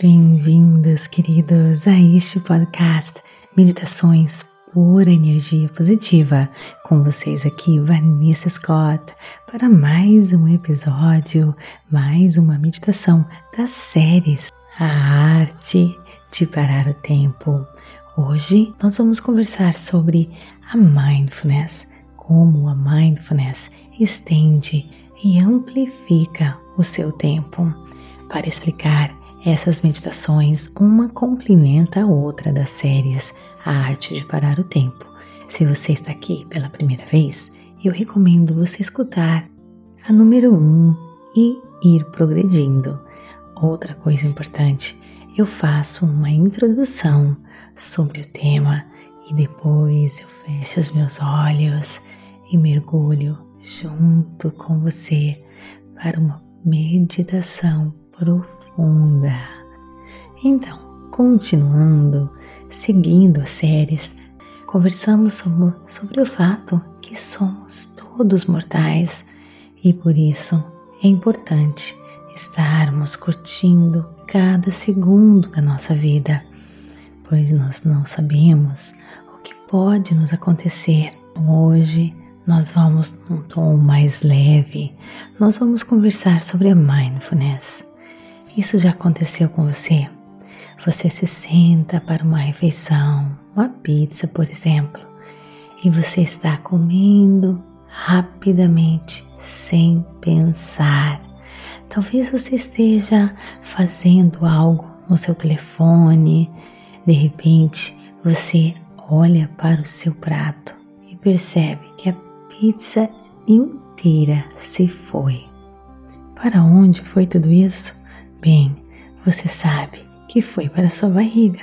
Bem-vindos, queridos, a este podcast Meditações Pura Energia Positiva. Com vocês aqui, Vanessa Scott, para mais um episódio, mais uma meditação das séries A Arte de Parar o Tempo. Hoje nós vamos conversar sobre a Mindfulness, como a Mindfulness estende e amplifica o seu tempo. Para explicar essas meditações, uma complementa a outra das séries A Arte de Parar o Tempo. Se você está aqui pela primeira vez, eu recomendo você escutar a número 1 e ir progredindo. Outra coisa importante, eu faço uma introdução sobre o tema e depois eu fecho os meus olhos e mergulho junto com você para uma meditação profunda. Então, continuando, seguindo as séries, conversamos sobre o fato que somos todos mortais e por isso é importante estarmos curtindo cada segundo da nossa vida, pois nós não sabemos o que pode nos acontecer. Hoje nós vamos num tom mais leve, nós vamos conversar sobre a Mindfulness. Isso já aconteceu com você? Você se senta para uma refeição, uma pizza, por exemplo, e você está comendo rapidamente, sem pensar. Talvez você esteja fazendo algo no seu telefone, de repente você olha para o seu prato e percebe que a pizza inteira se foi. Para onde foi tudo isso? Bem, você sabe que foi para sua barriga,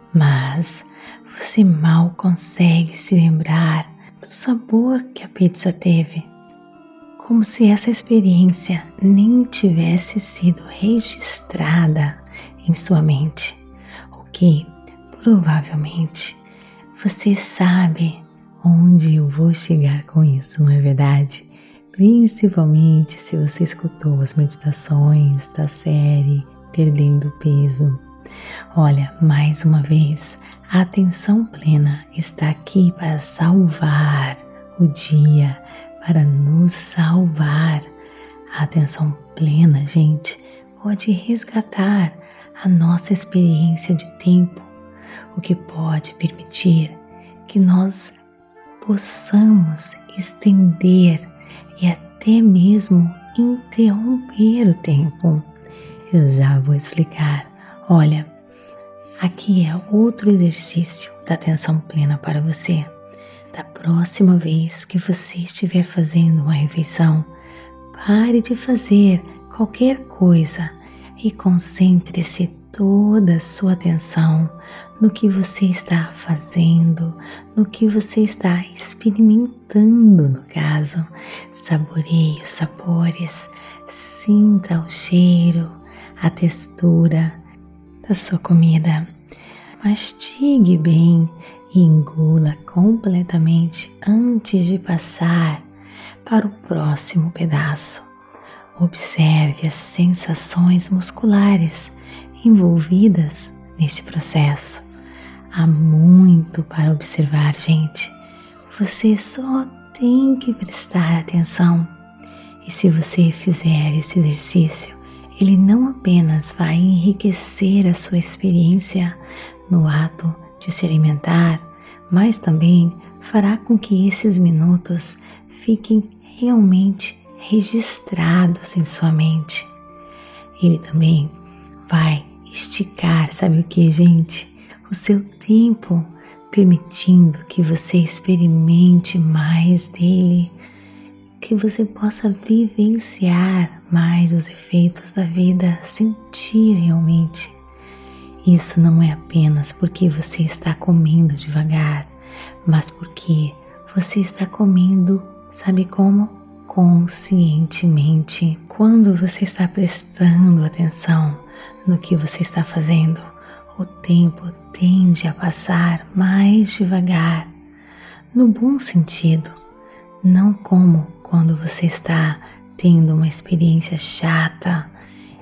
mas você mal consegue se lembrar do sabor que a pizza teve. Como se essa experiência nem tivesse sido registrada em sua mente, o que provavelmente você sabe onde eu vou chegar com isso, não é verdade? Principalmente se você escutou as meditações da série Perdendo Peso. Olha, mais uma vez, a atenção plena está aqui para salvar o dia, para nos salvar. A atenção plena, gente, pode resgatar a nossa experiência de tempo, o que pode permitir que nós possamos estender e até mesmo interromper o tempo. Eu já vou explicar. Olha, aqui é outro exercício da atenção plena para você. Da próxima vez que você estiver fazendo uma refeição, pare de fazer qualquer coisa e concentre-se toda a sua atenção no que você está fazendo, no que você está experimentando, no caso. Saboreie os sabores, sinta o cheiro, a textura da sua comida. Mastigue bem e engula completamente antes de passar para o próximo pedaço. Observe as sensações musculares envolvidas neste processo. Há muito para observar, gente. Você só tem que prestar atenção. E se você fizer esse exercício, ele não apenas vai enriquecer a sua experiência no ato de se alimentar, mas também fará com que esses minutos fiquem realmente registrados em sua mente. Ele também vai esticar, sabe o que, gente? O seu tempo, permitindo que você experimente mais dele, que você possa vivenciar mais os efeitos da vida, sentir realmente. Isso não é apenas porque você está comendo devagar, mas porque você está comendo, sabe como? Conscientemente. Quando você está prestando atenção no que você está fazendo, o tempo tende a passar mais devagar, no bom sentido, não como quando você está tendo uma experiência chata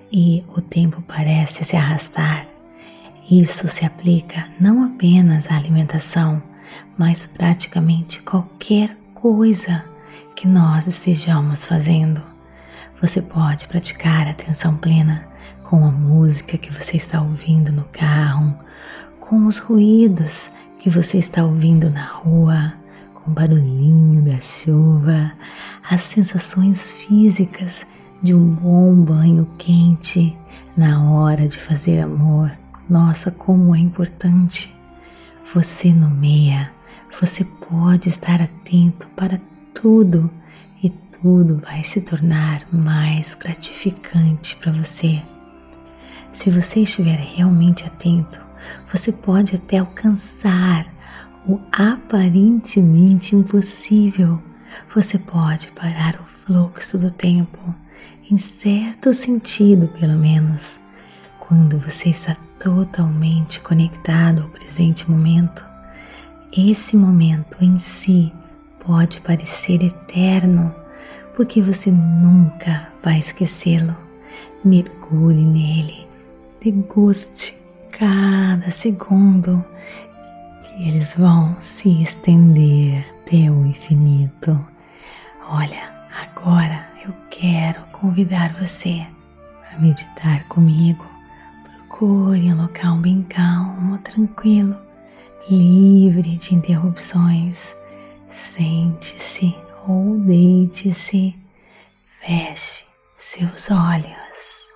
e o tempo parece se arrastar. Isso se aplica não apenas à alimentação, mas praticamente qualquer coisa que nós estejamos fazendo. Você pode praticar atenção plena com a música que você está ouvindo no carro, com os ruídos que você está ouvindo na rua, com o barulhinho da chuva, as sensações físicas de um bom banho quente na hora de fazer amor. Nossa, como é importante! Você nomeia, você pode estar atento para tudo e tudo vai se tornar mais gratificante para você. Se você estiver realmente atento, você pode até alcançar o aparentemente impossível. Você pode parar o fluxo do tempo, em certo sentido pelo menos. Quando você está totalmente conectado ao presente momento, esse momento em si pode parecer eterno, porque você nunca vai esquecê-lo. Mergulhe nele, deguste cada segundo, que eles vão se estender até o infinito. Olha, agora eu quero convidar você a meditar comigo. Procure um local bem calmo, tranquilo, livre de interrupções. Sente-se ou deite-se, feche seus olhos.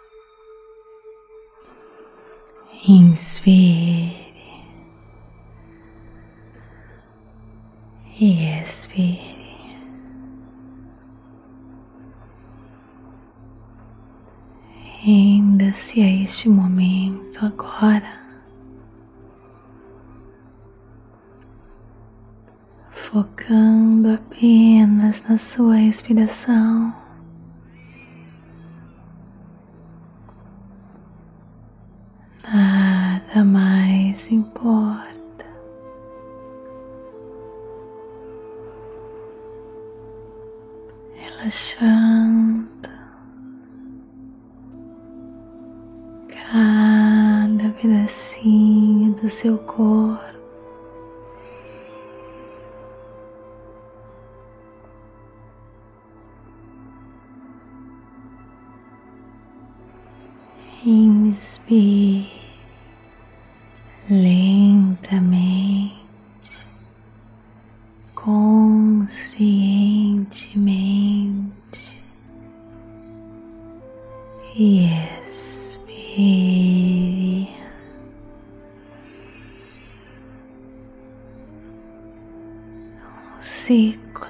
Inspire e expire. Renda-se a este momento agora, focando apenas na sua respiração. Nada mais importa. Relaxando cada pedacinho do seu corpo. Inspire lentamente, conscientemente e expire. Um ciclo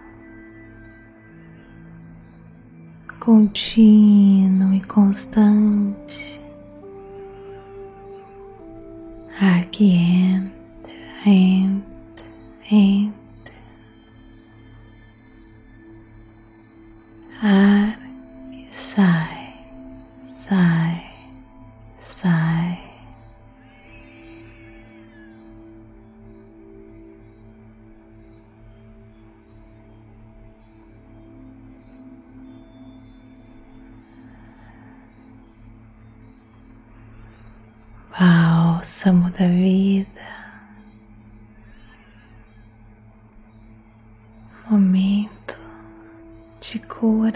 contínuo e constante. Ar que entra, ar que sai. Bálsamo da vida, momento de cura.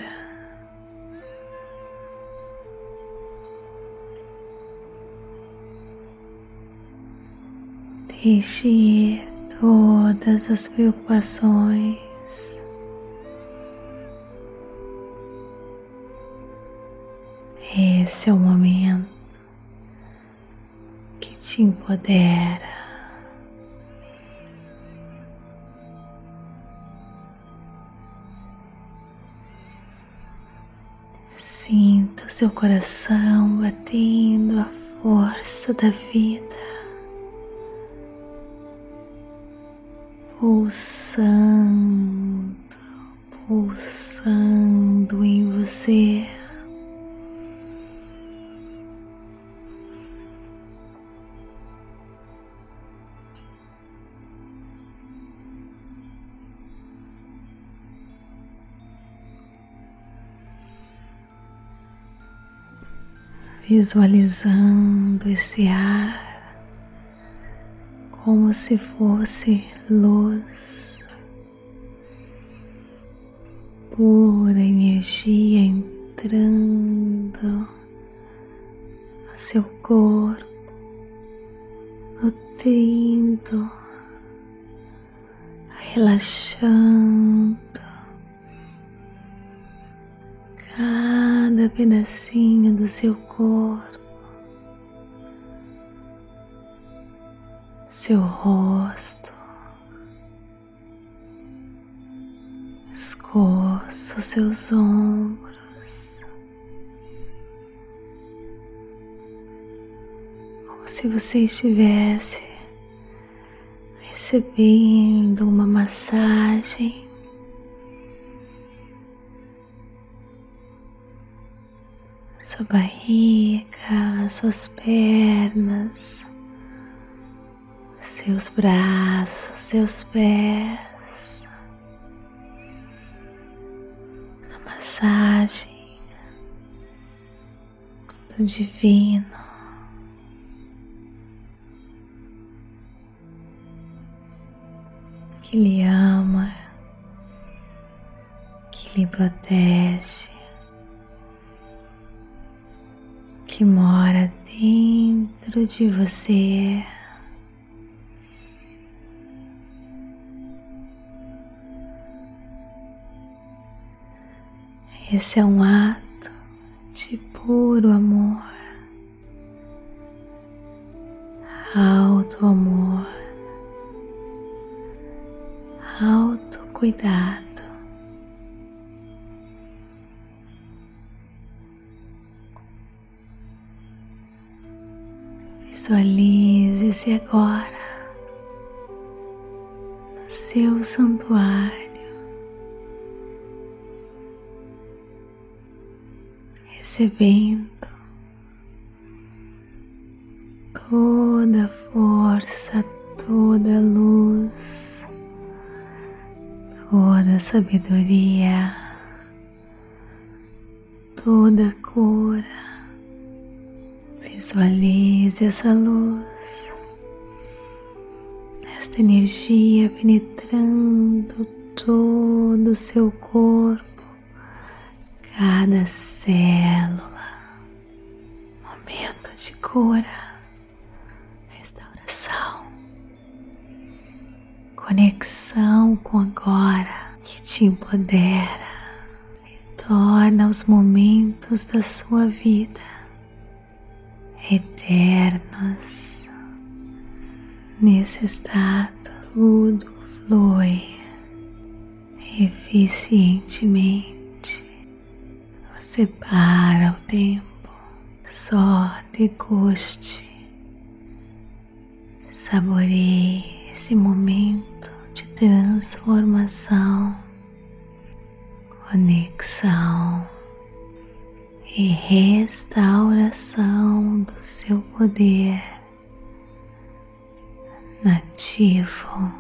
Deixe ir todas as preocupações. Esse é o momento que te empodera. Sinta o seu coração batendo a força da vida, pulsando em você. visualizando esse ar como se fosse luz, pura energia entrando no seu corpo, nutrindo, relaxando cada pedacinho do seu corpo, seu rosto, pescoço, seus ombros, como se você estivesse recebendo uma massagem. Sua barriga, suas pernas, seus braços, seus pés, a massagem do divino que lhe ama, que lhe protege, que mora dentro de você. Esse é um ato de puro amor, alto amor, autocuidado. Visualize-se agora no seu santuário, recebendo toda a força, toda a luz, toda a sabedoria, toda a cura. Visualize essa luz, esta energia penetrando todo o seu corpo, cada célula. Momento de cura, restauração, conexão com agora que te empodera e torna os momentos da sua vida eternos. Nesse estado, tudo flui eficientemente. Você para o tempo, só deguste, saboreie esse momento de transformação, conexão e restauração do seu poder nativo.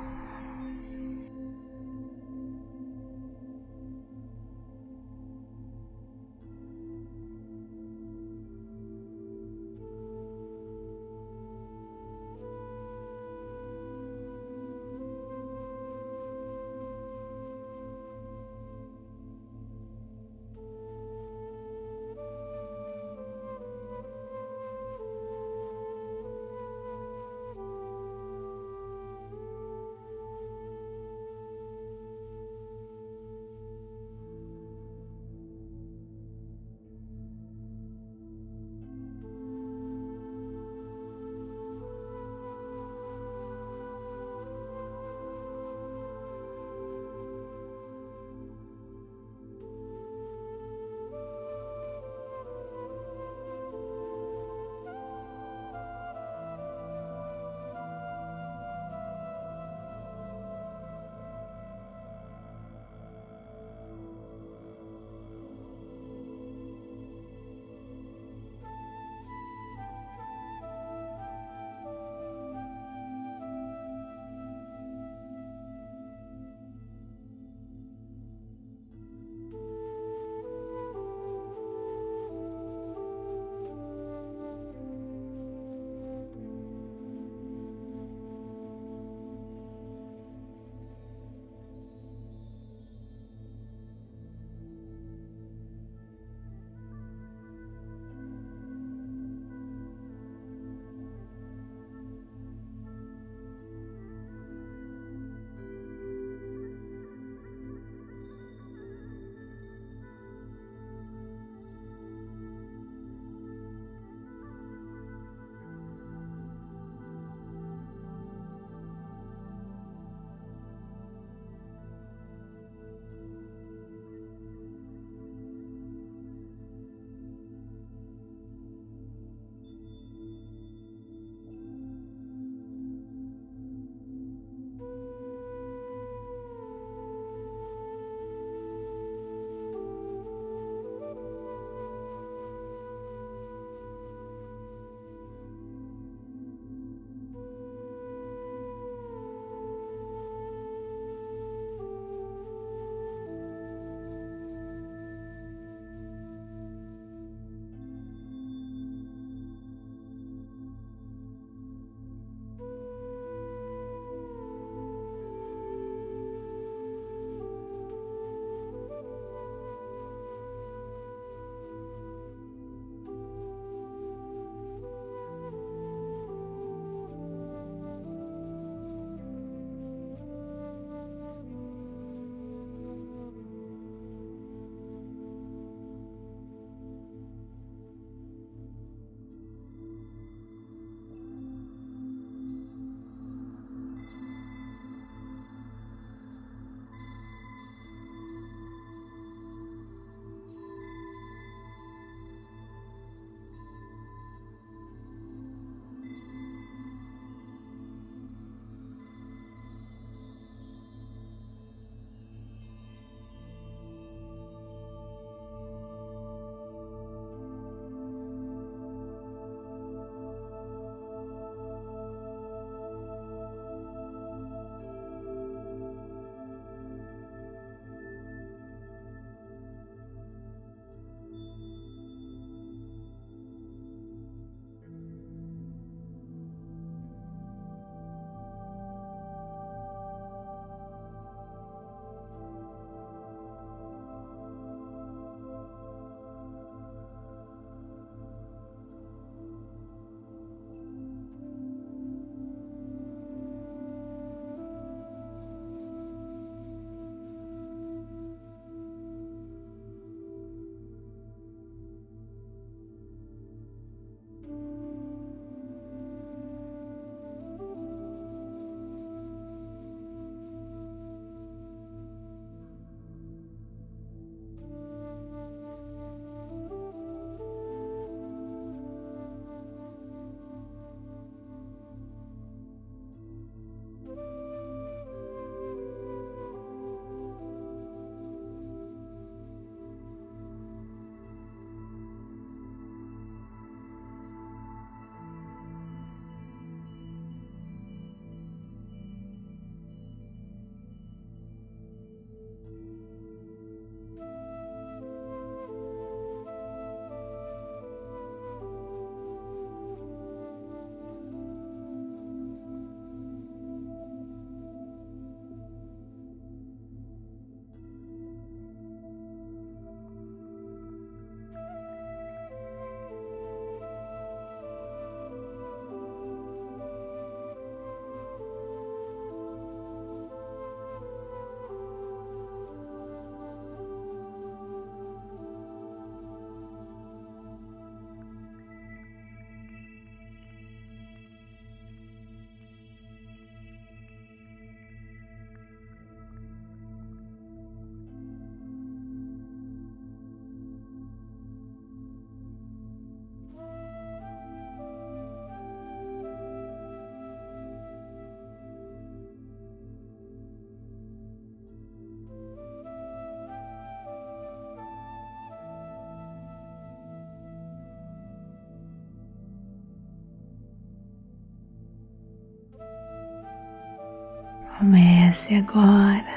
Comece agora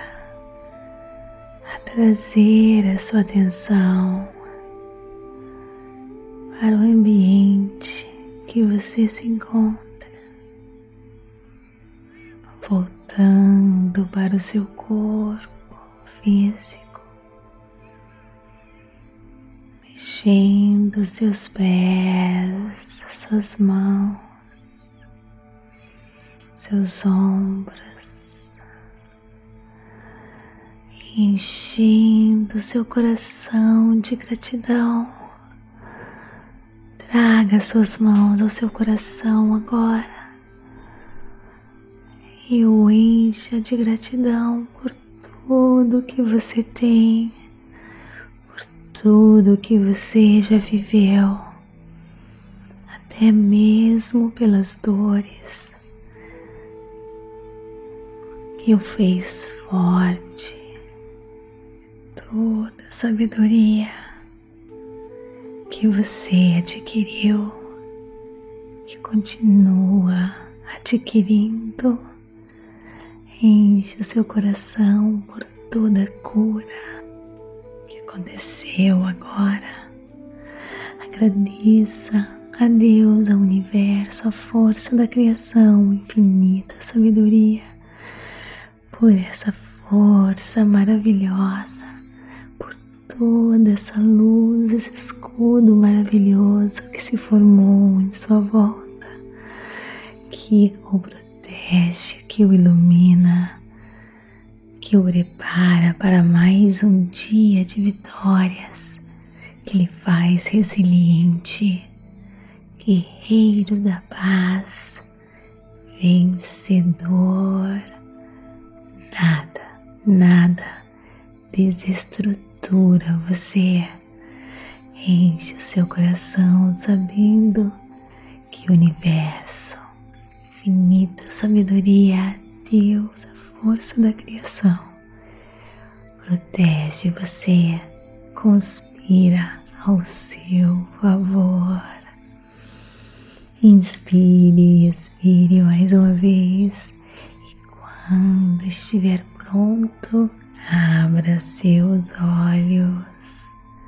a trazer a sua atenção para o ambiente que você se encontra, voltando para o seu corpo físico, mexendo os seus pés, as suas mãos, seus ombros, enchendo seu coração de gratidão. Traga suas mãos ao seu coração agora e o encha de gratidão por tudo que você tem, por tudo que você já viveu, até mesmo pelas dores que o fez forte, toda a sabedoria que você adquiriu e continua adquirindo. Enche o seu coração por toda a cura que aconteceu agora. Agradeça a Deus, ao universo, à força da criação, infinita sabedoria, por essa força maravilhosa, toda essa luz, esse escudo maravilhoso que se formou em sua volta, que o protege, que o ilumina, que o prepara para mais um dia de vitórias, que lhe faz resiliente, guerreiro da paz, vencedor. Nada desestrutura você. Enche o seu coração sabendo que o universo, infinita sabedoria, Deus, a força da criação, protege você, conspira ao seu favor. Inspire e expire mais uma vez e quando estiver pronto, abra seus olhos.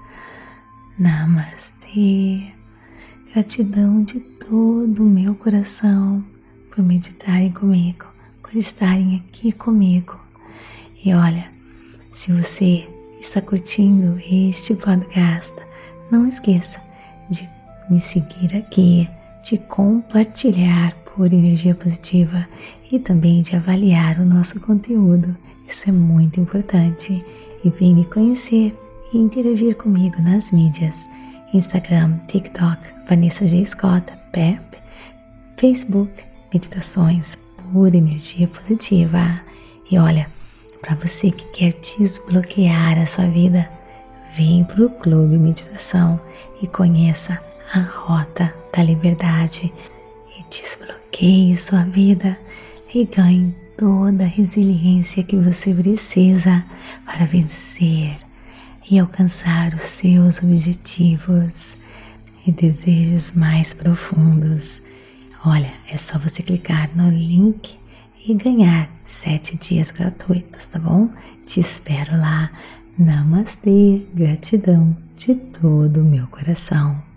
Namastê. Gratidão de todo o meu coração por meditarem comigo, por estarem aqui comigo. E olha, se você está curtindo este podcast, não esqueça de me seguir aqui, de compartilhar por energia positiva e também de avaliar o nosso conteúdo. Isso é muito importante. E vem me conhecer e interagir comigo nas mídias: Instagram, TikTok, Vanessa G. Scott, PEP, Facebook, Meditações por Energia Positiva. E olha, para você que quer desbloquear a sua vida, vem para o Clube Meditação e conheça a Rota da Liberdade e desbloqueie sua vida e ganhe toda a resiliência que você precisa para vencer e alcançar os seus objetivos e desejos mais profundos. Olha, é só você clicar no link e ganhar 7 dias gratuitos, tá bom? Te espero lá. Namastê, gratidão de todo o meu coração.